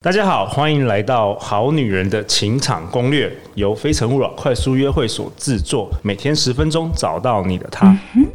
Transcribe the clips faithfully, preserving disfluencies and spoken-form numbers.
大家好，欢迎来到好女人的情场攻略，由非诚勿扰快速约会所制作，每天十分钟，找到你的他。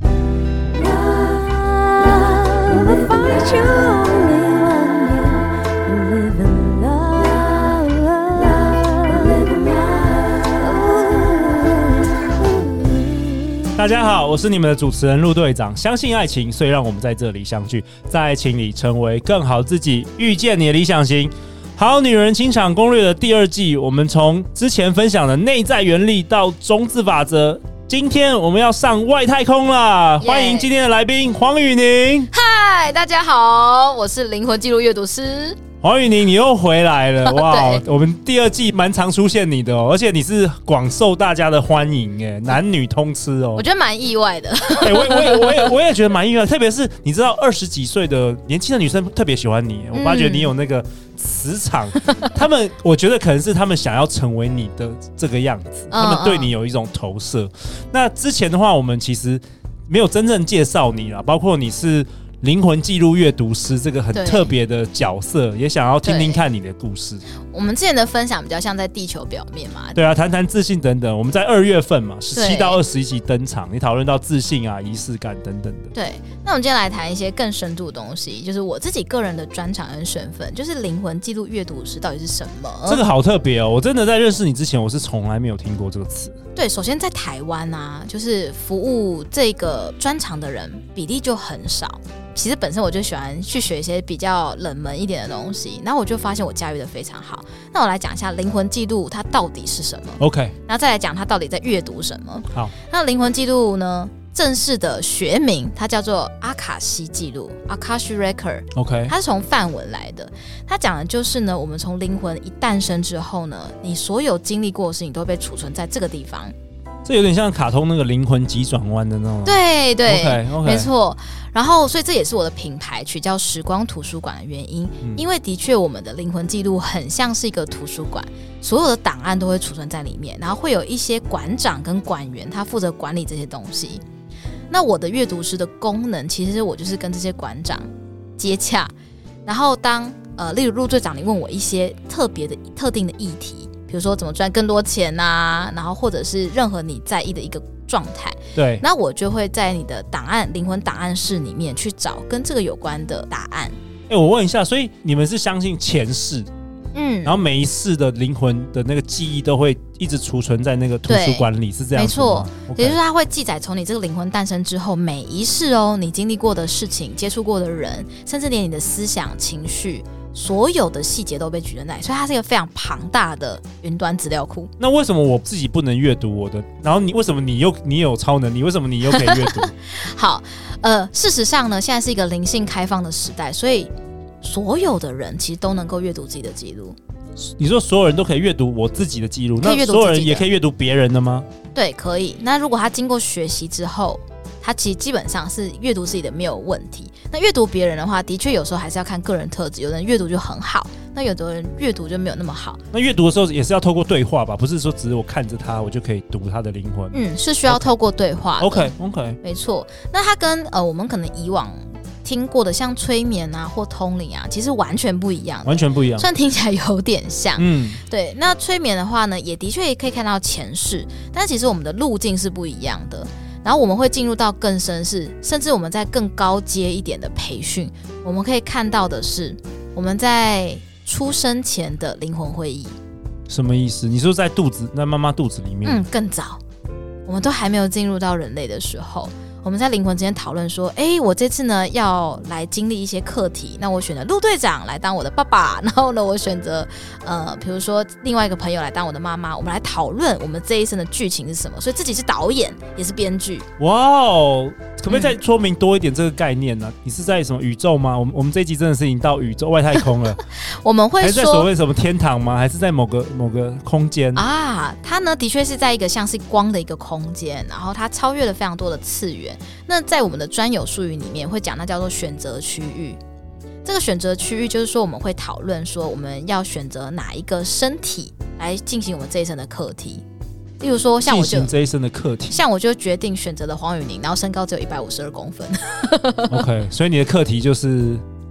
大家好，我是你们的主持人陆队长。相信爱情，所以让我们在这里相聚，在爱情里成为更好自己，遇见你的理想型。好女人情场攻略的第二季，我们从之前分享的内在原理到中字法则，今天我们要上外太空啦！ Yeah. 欢迎今天的来宾黄宇宁。 嗨，大家好，我是灵魂记录阅读师黄宇宁，你又回来了哇！我们第二季蛮常出现你的哦，而且你是广受大家的欢迎哎，男女通吃哦。 我觉得蛮意外的。 哎、欸，我我也我也我也觉得蛮意外，特别是你知道二十几岁的年轻的女生特别喜欢你，我发觉你有那个磁场，嗯、他们我觉得可能是他们想要成为你的这个样子，他们对你有一种投射。嗯嗯那之前的话，我们其实没有真正介绍你啦，包括你是灵魂记录阅读师这个很特别的角色，也想要听听看你的故事。 我们之前的分享比较像在地球表面嘛， 对啊，谈谈自信等等。我们在二月份嘛，十七到二十一集登场，你讨论到自信啊、仪式感等等的。 对，那我们今天来谈一些更深度的东西，就是我自己个人的专长跟身份，就是灵魂记录阅读师到底是什么？ 这个好特别哦！我真的在认识你之前，我是从来没有听过这个词。 对，首先在台湾啊，就是服务这个专长的人比例就很少。其实本身我就喜欢去学一些比较冷门一点的东西，然后我就发现我驾驭的非常好。那我来讲一下灵魂记录它到底是什么 OK， 然后再来讲它到底在阅读什么。 好， 那灵魂记录呢，正式的学名它叫做阿卡西记录 Akashic Record OK， 它是从梵文来的。它讲的就是呢，我们从灵魂一诞生之后呢，你所有经历过的事情都会被储存在这个地方。 这有点像卡通那个灵魂急转弯的那种。 对对 okay, okay 没错。然后所以这也是我的品牌取叫时光图书馆的原因、嗯、因为的确我们的灵魂记录很像是一个图书馆，所有的档案都会储存在里面，然后会有一些馆长跟馆员他负责管理这些东西。那我的阅读师的功能其实我就是跟这些馆长接洽，然后当呃例如陆队长你问我一些特别的特定的议题，比如说怎么赚更多钱啊，然后或者是任何你在意的一个状态， 对， 那我就会在你的档案灵魂档案室里面去找跟这个有关的答案。 哎、欸，我问一下，所以你们是相信前世，嗯，然后每一世的灵魂的那个记忆都会一直储存在那个图书馆里，是这样子吗？ 没错， okay 也就是它会记载从你这个灵魂诞生之后每一世哦，你经历过的事情、接触过的人，甚至连你的思想、情绪。所有的细节都被举在那里，所以它是一个非常庞大的云端资料库。 那为什么我自己不能阅读我的？然后你为什么你又你有超能力？为什么你又可以阅读？ 好，呃，事实上呢，现在是一个灵性开放的时代，所以所有的人其实都能够阅读自己的记录。 你说所有人都可以阅读我自己的记录，那所有人也可以阅读别人的吗？ 对，可以。那如果他经过学习之后，他其实基本上是阅读自己的没有问题。那阅读别人的话，的确有时候还是要看个人特质，有人阅读就很好，那有的人阅读就没有那么好。 那阅读的时候也是要透过对话吧，不是说只是我看着他我就可以读他的灵魂。 嗯，是需要透过对话的。 OK OK， 没错。那它跟呃我们可能以往听过的像催眠啊或通灵啊，其实完全不一样， 完全不一样。 虽然听起来有点像， 嗯， 对。那催眠的话呢，也的确可以看到前世，但其实我们的路径是不一样的。然后我们会进入到更深是，甚至我们在更高阶一点的培训，我们可以看到的是我们在出生前的灵魂会议。 什么意思？你说在肚子，在妈妈肚子里面？ 嗯，更早，我们都还没有进入到人类的时候。我们在灵魂之间讨论说，哎，我这次呢要来经历一些课题，那我选择陆队长来当我的爸爸，然后呢我选择呃，比如说另外一个朋友来当我的妈妈，我们来讨论我们这一生的剧情是什么，所以自己是导演也是编剧。 哇哦，可不可以再说明多一点这个概念呢、啊嗯？你是在什么宇宙吗？我们我们这一集真的是已经到宇宙外太空了， 我们会说还是在所谓什么天堂吗？还是在某个某个空间啊？它呢的确是在一个像是光的一个空间，然后它超越了非常多的次元。那在我们的专有术语里面会讲，那叫做选择区域。这个选择区域就是说，我们会讨论说，我们要选择哪一个身体来进行我们这一生的课题。例如说，像我就进行这一生的课题， 像我就决定选择了黄宇宁，然后身高只有一百五十二公分。 OK， 所以你的课题就是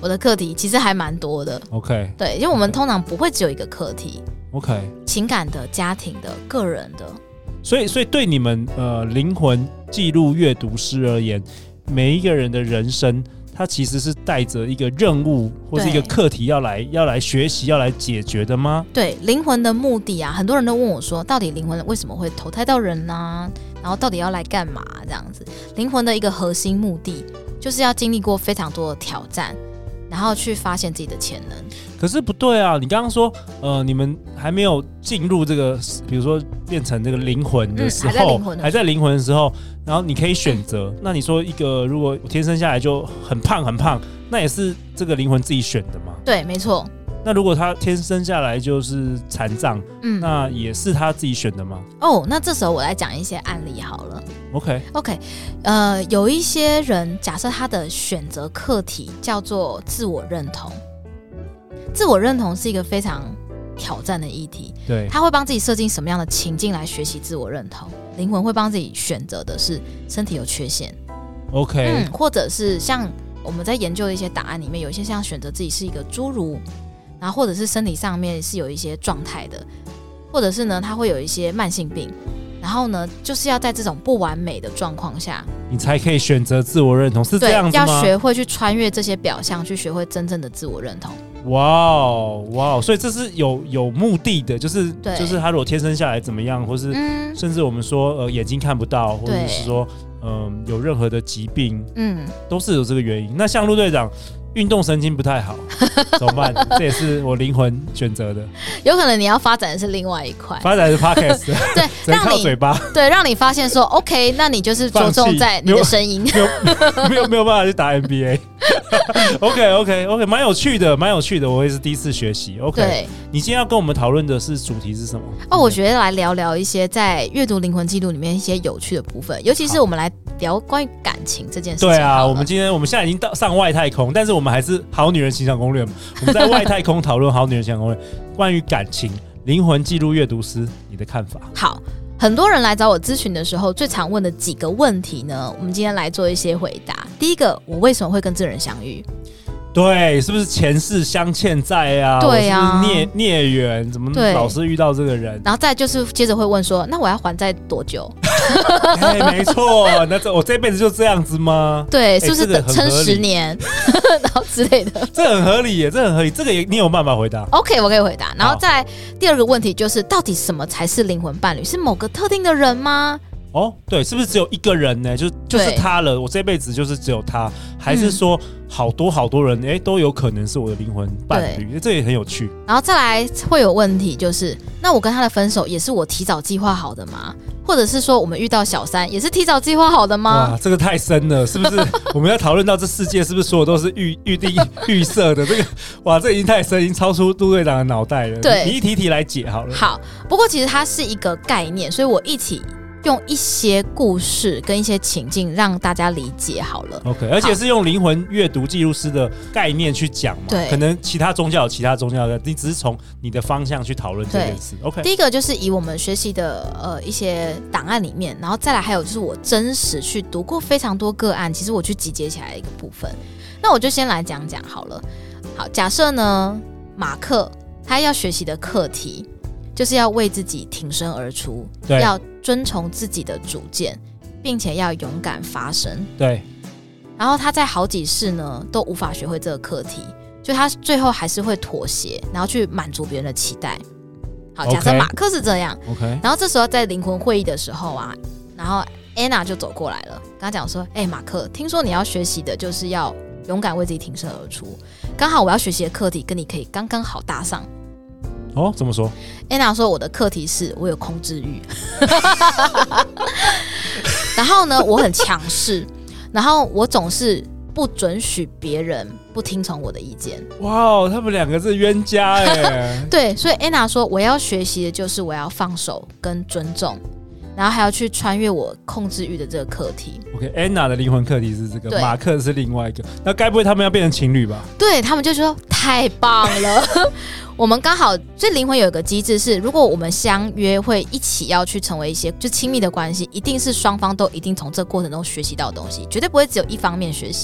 我的课题其实还蛮多的。 OK， 对，因为我们通常不会只有一个课题。 OK， 情感的、家庭的、个人的。 所以，所以对你们呃灵魂记录阅读师而言，每一个人的人生，他其实是带着一个任务或是一个课题要来要来学习、要来解决的吗？ 对，灵魂的目的啊，很多人都问我说，到底灵魂为什么会投胎到人呢、啊？然后到底要来干嘛？这样子，灵魂的一个核心目的就是要经历过非常多的挑战，然后去发现自己的潜能。 可是不对啊！你刚刚说，呃，你们还没有进入这个，比如说变成这个灵魂的时候， 嗯、 还在灵魂的时候，然后你可以选择。嗯、那你说一个，如果我天生下来就很胖很胖，那也是这个灵魂自己选的吗？ 对，没错。 那如果他天生下来就是残障，嗯，那也是他自己选的吗？ 哦，那这时候我来讲一些案例好了。 OK OK， 呃，有一些人假设他的选择课题叫做自我认同。自我认同是一个非常挑战的议题， 对， 他会帮自己设定什么样的情境来学习自我认同。灵魂会帮自己选择的是身体有缺陷 ，OK， 嗯，或者是像我们在研究的一些档案里面，有一些像选择自己是一个侏儒，然后或者是身体上面是有一些状态的，或者是呢，他会有一些慢性病。然后呢，就是要在这种不完美的状况下， 你才可以选择自我认同，是这样子吗？ 要学会去穿越这些表象，去学会真正的自我认同。 哇哦，哇哦！所以这是有有目的的，就是就是他如果天生下来怎么样，或是、嗯、甚至我们说呃眼睛看不到，或者是说嗯、呃、有任何的疾病，嗯，都是有这个原因。那像陆队长。运动神经不太好，怎么办？这也是我灵魂选择的。 有可能你要发展的是另外一块， 发展的是 podcast， 对， 让你嘴巴， 对，让你发现说 ，OK， 那你就是着重在你的声音， 没有没有没有办法去打 N B A。OK OK OK， 蛮有趣的，蛮有趣的，我也是第一次学习。OK， 对，你今天要跟我们讨论的是主题是什么？ 哦，我觉得来聊聊一些在阅读灵魂记录里面一些有趣的部分，尤其是我们来聊关于感情这件事情。 对啊，我们今天我们现在已经到上外太空，但是我们还是好女人情场攻略嘛。我们在外太空讨论好女人情场攻略，关于感情，灵魂记录阅读师，你的看法？ 好，很多人来找我咨询的时候，最常问的几个问题呢，我们今天来做一些回答。第一个，我为什么会跟这个人相遇？ 对，是不是前世相欠债啊？ 对啊， 是不是孽孽缘？怎么老是遇到这个人？ 然后再就是接着会问说，那我要还债多久？ 哎、欸，没错，那这我这辈子就这样子吗？ 对，是不是等撑十年，然后之类的？ 这很合理耶，这很合理，这个也你有办法回答 ？OK， 我可以回答。然后再来第二个问题就是，到底什么才是灵魂伴侣？是某个特定的人吗？ 哦，对，是不是只有一个人呢？就就是他了，我这辈子就是只有他，还是说好多好多人，哎、嗯，都有可能是我的灵魂伴侣？这也很有趣。 然后再来会有问题，就是那我跟他的分手也是我提早计划好的吗？或者是说我们遇到小三也是提早计划好的吗？ 哇，这个太深了，是不是？我们要讨论到这世界是不是所有都是预预定预设的？这个哇，这已经太深，已经超出陆队长的脑袋了。 对， 你一题一题来解好了。 好，不过其实它是一个概念，所以我一起用一些故事跟一些情境让大家理解好了。 OK， 而且是用灵魂阅读记录师的概念去讲嘛。 对， 可能其他宗教有其他宗教的，你只是从你的方向去讨论这件事。OK， 第一个就是以我们学习的呃一些档案里面，然后再来还有就是我真实去读过非常多个案，其实我去集结起来的一个部分。那我就先来讲讲好了。好，假设呢，马克他要学习的课题就是要为自己挺身而出，要遵从自己的主见，并且要勇敢发声。 对。 然后他在好几世呢都无法学会这个课题，就他最后还是会妥协，然后去满足别人的期待。好，假设马克是这样。 OK。 然后这时候在灵魂会议的时候啊，然后 Anna 就走过来了，跟他讲说：“哎、欸，马克，听说你要学习的就是要勇敢为自己挺身而出，刚好我要学习的课题跟你可以刚刚好搭上。” 哦，怎么说 ？Anna 说我的课题是我有控制欲，然后呢，我很强势，然后我总是不准许别人不听从我的意见。 哇，他们两个是冤家哎。 对，所以 Anna 说我要学习的就是我要放手跟尊重，然后还要去穿越我控制欲的这个课题。 OK，Anna 的灵魂课题是这个，马克是另外一个。那该不会他们要变成情侣吧？ 对，他们就说太棒了。我们刚好，所以灵魂有一个机制是，如果我们相约会一起要去成为一些就亲密的关系，一定是双方都一定从这个过程中学习到的东西，绝对不会只有一方面学习。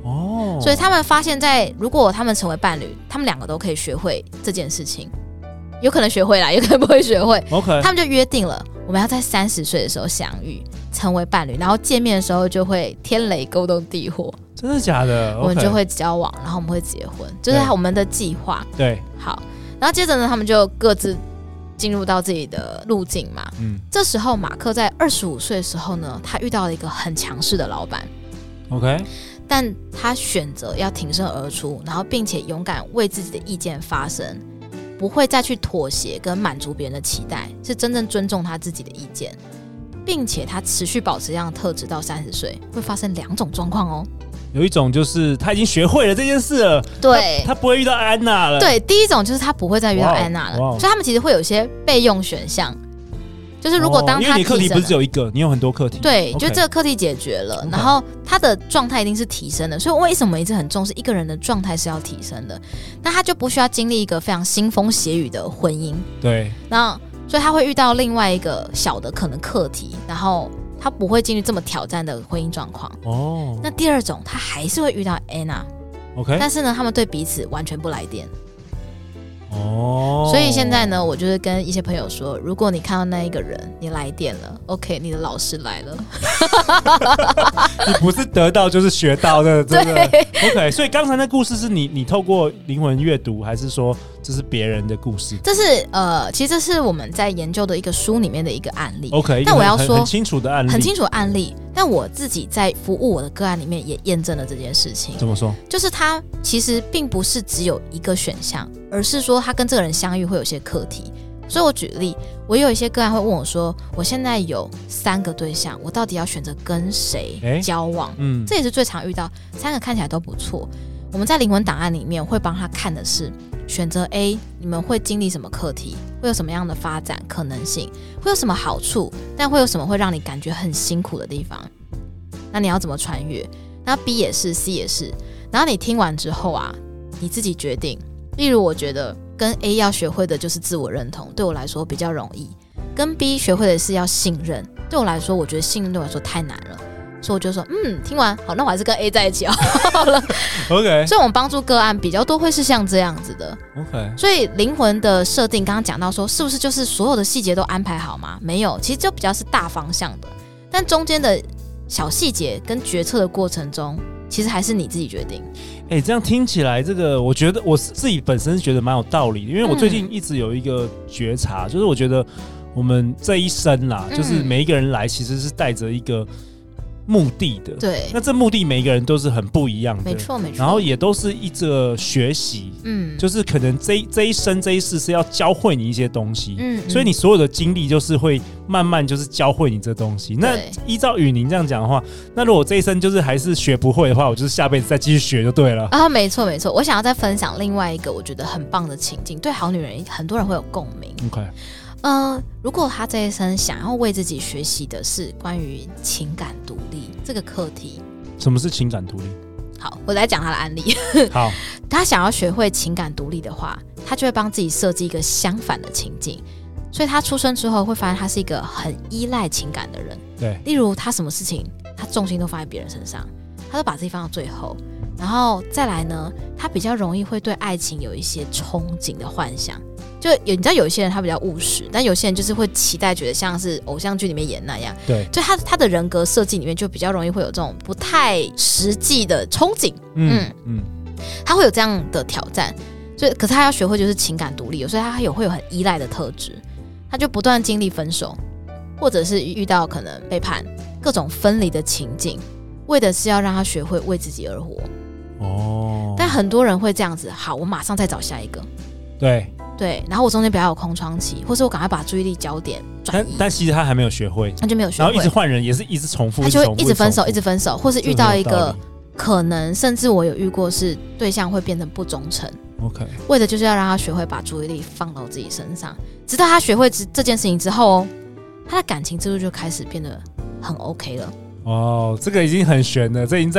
哦，所以他们发现在如果他们成为伴侣，他们两个都可以学会这件事情，有可能学会啦，有可能不会学会。 OK， 他们就约定了，我们要在三十岁的时候相遇，成为伴侣，然后见面的时候就会天雷勾动地火。 真的假的？ 我们就会交往，然后我们会结婚，就是我们的计划。 对， 好，然后接着呢，他们就各自进入到自己的路径嘛。嗯，这时候马克在二十五岁的时候呢，他遇到了一个很强势的老板。 OK， 但他选择要挺身而出，然后并且勇敢为自己的意见发声，不会再去妥协跟满足别人的期待，是真正尊重他自己的意见，并且他持续保持这样的特质到三十岁，会发生两种状况哦。 有一种就是他已经学会了这件事了， 对， 他, 他不会遇到安娜了。 对，第一种就是他不会再遇到安娜了， wow, wow. 所以他们其实会有一些备用选项，就是如果当他、 哦、因为你课题不是只有一个，你有很多课题。 对， okay. 就这个课题解决了， okay. 然后他的状态一定是提升的。所以为什么一直很重视一个人的状态是要提升的？那他就不需要经历一个非常腥风血雨的婚姻。 对， 那所以他会遇到另外一个小的可能课题，然后他不会进入这么挑战的婚姻状况。哦，那第二种他还是会遇到 Anna。OK， 但是呢，他们对彼此完全不来电。哦，所以现在呢，我就是跟一些朋友说，如果你看到那一个人，你来电了 ，OK， 你的老师来了。 你不是得到就是学到的，真的。OK， 所以刚才那故事是你你透过灵魂阅读，还是说这是别人的故事？ 这是呃，其实这是我们在研究的一个书里面的一个案例。 OK， 但我要说很清楚的案例， 很清楚的案例。但我自己在服务我的个案里面也验证了这件事情。 怎么说？ 就是他其实并不是只有一个选项，而是说他跟这个人相遇会有些课题。所以我举例，我有一些个案会问我说，我现在有三个对象，我到底要选择跟谁交往？欸、嗯，这也是最常遇到，三个看起来都不错。我们在灵魂档案里面会帮他看的是，选择 A， 你们会经历什么课题，会有什么样的发展可能性，会有什么好处，但会有什么会让你感觉很辛苦的地方，那你要怎么穿越？那 B 也是 C 也是，然后你听完之后啊，你自己决定。例如我觉得跟 A 要学会的就是自我认同，对我来说比较容易，跟 B 学会的是要信任，对我来说我觉得信任对我来说太难了，所以我就说嗯，听完好，那我还是跟 A 在一起好了。 OK， 所以我们帮助个案比较多会是像这样子的。 OK， 所以灵魂的设定刚刚讲到说是不是就是所有的细节都安排好吗？没有，其实就比较是大方向的，但中间的小细节跟决策的过程中，其实还是你自己决定。 哎、欸，这样听起来，这个我觉得我自己本身觉得蛮有道理的，因为我最近一直有一个觉察，嗯、就是我觉得我们这一生啦，嗯、就是每一个人来其实是带着一个目的的。 对， 那这目的每一个人都是很不一样的， 没错没错。 然后也都是一个学习，嗯，就是可能这这一生这一世是要教会你一些东西，嗯，嗯，所以你所有的经历就是会慢慢就是教会你这东西。那依照雨宁这样讲的话，那如果这一生就是还是学不会的话，我就是下辈子再继续学就对了啊。没错没错，我想要再分享另外一个我觉得很棒的情境，对好女人很多人会有共鸣。 OK。 呃，如果他这一生想要为自己学习的是关于情感独立这个课题， 什么是情感独立？ 好，我来讲他的案例。 好， 他想要学会情感独立的话，他就会帮自己设计一个相反的情境，所以他出生之后会发现他是一个很依赖情感的人。 对， 例如他什么事情，他重心都放在别人身上，他都把自己放到最后，然后再来呢，他比较容易会对爱情有一些憧憬的幻想。就有你知道有一些人他比较务实，但有些人就是会期待觉得像是偶像剧里面演那样， 对， 就他他的人格设计里面就比较容易会有这种不太实际的憧憬，嗯嗯，他会有这样的挑战，所以可是他要学会就是情感独立，所以他有会有很依赖的特质，他就不断经历分手，或者是遇到可能背叛各种分离的情境，为的是要让他学会为自己而活。哦，但很多人会这样子，好，我马上再找下一个， 对。 对，然后我中间不要有空窗期，或是我赶快把注意力焦点转移。 但但其实他还没有学会， 他就没有学会， 然后一直换人，也是一直重复， 他就会一直分手，一直分手，或是遇到一个可能，甚至我有遇过是对象会变成不忠诚。 OK， 为的就是要让他学会把注意力放到自己身上，直到他学会这件事情之后哦，他的感情之路就开始变得很 OK 了。 哦，这个已经很悬了，这已经在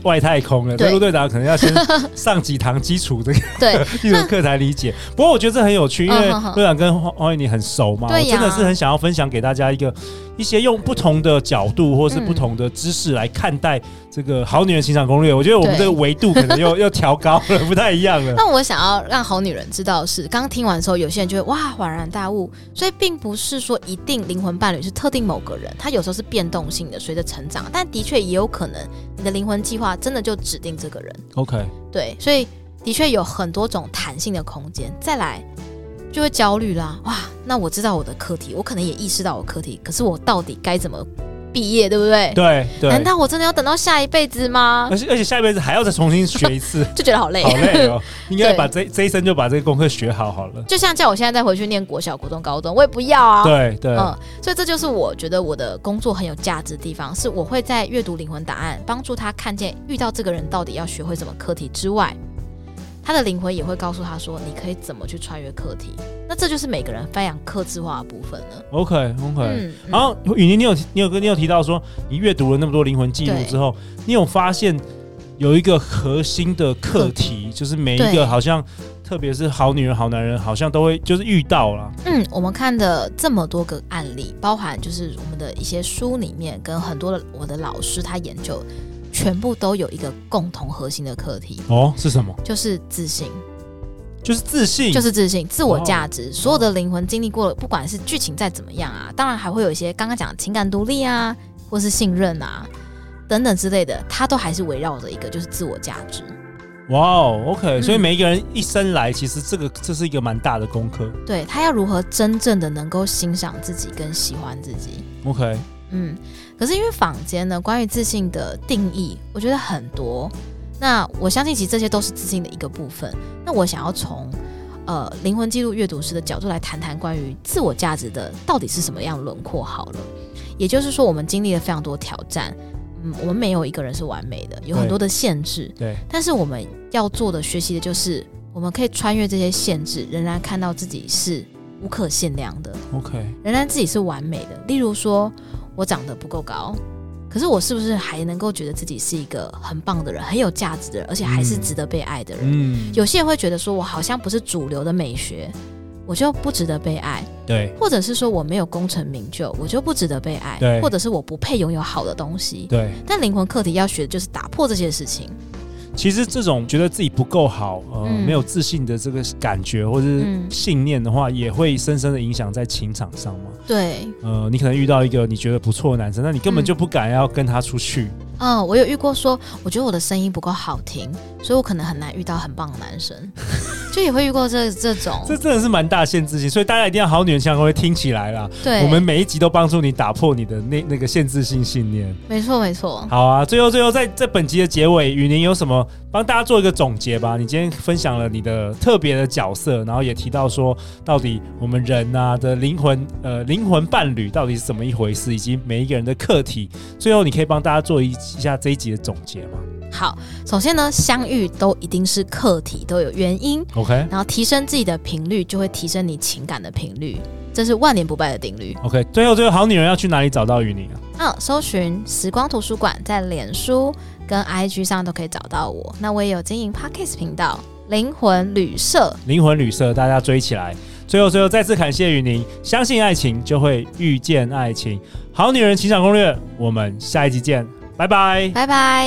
外太空了，陆队长可能要先上几堂基础这个对基础课才理解。不过我觉得这很有趣，因为陆队长跟黄玉妮很熟嘛，我真的是很想要分享给大家一个一些用不同的角度或是不同的知识来看待这个《好女人情场攻略》。我觉得我们这个维度可能又又调高了，不太一样了。 那我想要让好女人知道的是，刚听完的时候，有些人就会哇恍然大悟，所以并不是说一定灵魂伴侣是特定某个人，他有时候是变动性的，随着成长，但的确也有可能你的灵魂计划真的就指定这个人。 OK， 对，所以的确有很多种弹性的空间。再来就会焦虑啦，哇，那我知道我的课题，我可能也意识到我课题，可是我到底该怎么毕业，对不对？ 对对。 难道我真的要等到下一辈子吗？ 而且而且下一辈子还要再重新学一次， 就觉得好累， 好累哦。应该把这这一生就把这个功课学好好了。 就像叫我现在再回去念国小、国中、高中，我也不要啊。 对对， 嗯，所以这就是我觉得我的工作很有价值的地方，是我会在阅读灵魂档案，帮助他看见遇到这个人到底要学会什么课题之外，他的灵魂也会告诉他说，你可以怎么去穿越课题。那这就是每个人非常客制化的部分了。 OK OK， 嗯， 然后雨宁，你有你有跟你有提到说，你阅读了那么多灵魂记录之后，你有发现有一个核心的课题，就是每一个好像，特别是好女人、好男人，好像都会就是遇到了。 嗯，我们看的这么多个案例，包含就是我们的一些书里面，跟很多的我的老师他研究，全部都有一个共同核心的课题。 哦，是什么？ 就是自信。 就是自信， 就是自信，自我价值。Oh. 所有的灵魂经历过了，不管是剧情再怎么样啊，当然还会有一些刚刚讲的情感独立啊，或是信任啊等等之类的，它都还是围绕着一个就是自我价值。 哇哦 ，OK，嗯，所以每一个人一生来，其实这个这是一个蛮大的功课。 对，他要如何真正的能够欣赏自己跟喜欢自己。 OK， 嗯，可是因为坊间呢，关于自信的定义，我觉得很多。那我相信其实这些都是自信的一个部分。那我想要从呃灵魂记录阅读师的角度来谈谈关于自我价值的到底是什么样轮廓好了。也就是说，我们经历了非常多挑战，嗯，我们没有一个人是完美的，有很多的限制。 对。 但是我们要做的学习的就是，我们可以穿越这些限制，仍然看到自己是无可限量的。 OK。 仍然自己是完美的。例如说，我长得不够高。可是我是不是还能够觉得自己是一个很棒的人，很有价值的人，而且还是值得被爱的人？嗯，有些人会觉得说，我好像不是主流的美学，我就不值得被爱。 对， 或者是说我没有功成名就，我就不值得被爱。 对， 或者是我不配拥有好的东西。 对， 但灵魂课题要学的就是打破这些事情。 其实这种觉得自己不够好、呃嗯、没有自信的这个感觉或是信念的话、嗯、也会深深的影响在情场上嘛。 对， 呃，你可能遇到一个你觉得不错的男生，那你根本就不敢要跟他出去。 嗯，哦、我有遇过说，我觉得我的声音不够好听，所以我可能很难遇到很棒的男生，就也会遇过这这种。 这真的是蛮大限制性，所以大家一定要好女人情场攻略听起来啦。 对， 我们每一集都帮助你打破你的那那个限制性信念。 没错没错。 好啊，最后最后在在本集的结尾，雨宁有什么帮大家做一个总结吧？你今天分享了你的特别的角色，然后也提到说，到底我们人啊的灵魂呃灵魂伴侣到底是怎么一回事，以及每一个人的课题。最后，你可以帮大家做一一下这一集的总结吗？ 好，首先呢，相遇都一定是课题，都有原因。 OK， 然后提升自己的频率，就会提升你情感的频率，这是万年不败的定律。 OK， 最后最后，好女人要去哪里找到雨宁啊？ 嗯，搜寻时光图书馆，在脸书跟 I G 上都可以找到我。那我也有经营 Podcast 频道灵魂旅社， 灵魂旅社，大家追起来。最后最后，再次感谢雨宁，相信爱情就会遇见爱情。好女人情场攻略，我们下一集见，拜拜， 拜拜。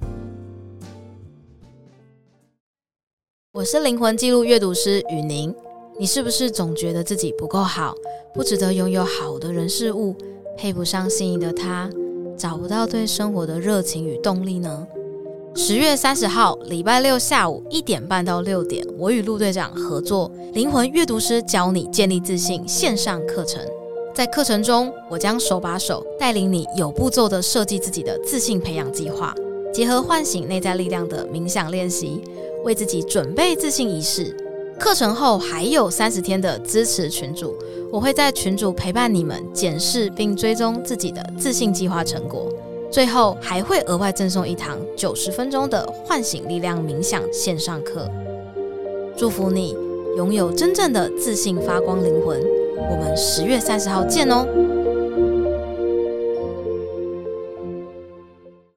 我是灵魂记录阅读师雨宁。你是不是总觉得自己不够好，不值得拥有好的人事物，配不上心仪的他，找不到对生活的热情与动力呢？十月三十号礼拜六下午一点半到六点，我与陆队长合作灵魂阅读师教你建立自信线上课程。在课程中，我将手把手带领你有步骤的设计自己的自信培养计划，结合唤醒内在力量的冥想练习，为自己准备自信仪式。课程后还有三十天的支持群组，我会在群组陪伴你们检视并追踪自己的自信计划成果。最后还会额外赠送一堂九十分钟的唤醒力量冥想线上课。祝福你拥有真正的自信发光灵魂。我们十月三十号见哦。